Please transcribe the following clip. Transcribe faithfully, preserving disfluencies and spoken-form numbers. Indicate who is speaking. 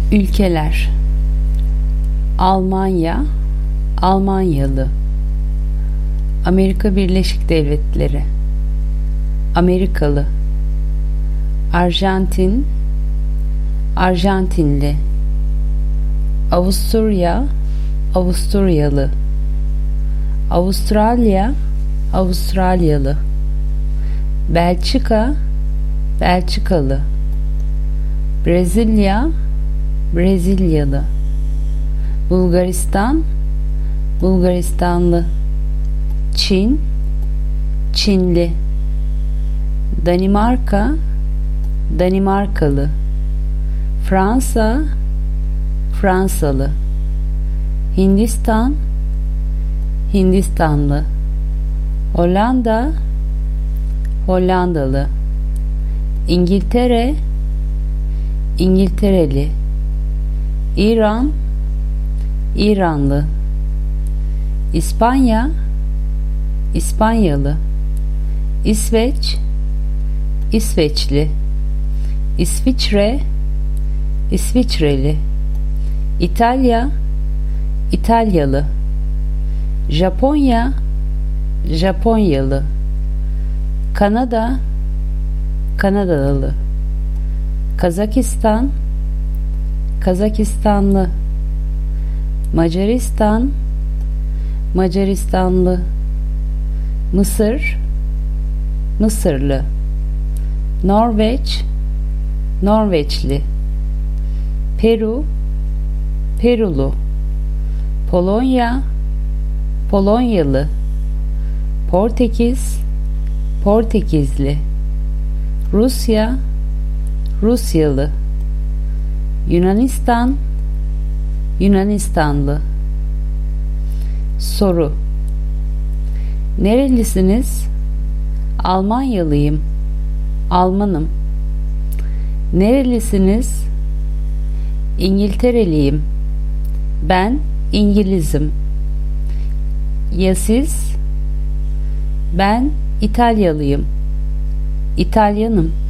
Speaker 1: Ülkeler: Almanya, Almanyalı. Amerika Birleşik Devletleri, Amerikalı. Arjantin, Arjantinli. Avusturya, Avusturyalı. Avustralya, Avustralyalı. Belçika, Belçikalı. Brezilya, Brezilyalı. Bulgaristan, Bulgaristanlı. Çin, Çinli. Danimarka, Danimarkalı. Fransa, Fransalı. Hindistan, Hindistanlı. Hollanda, Hollandalı. İngiltere, İngiltereli. İran, İranlı. İspanya, İspanyalı. İsveç, İsveçli. İsviçre, İsviçreli. İtalya, İtalyalı. Japonya, Japonyalı. Kanada, Kanadalı. Kazakistan, Kazakistanlı. Macaristan, Macaristanlı. Mısır, Mısırlı. Norveç, Norveçli. Peru, Perulu. Polonya, Polonyalı. Portekiz, Portekizli. Rusya, Rusyalı. Yunanistan, Yunanistanlı. Soru: Nerelisiniz? Almanyalıyım. Almanım. Nerelisiniz? İngiltereliyim. Ben İngilizim. Ya siz? Ben İtalyalıyım. İtalyanım.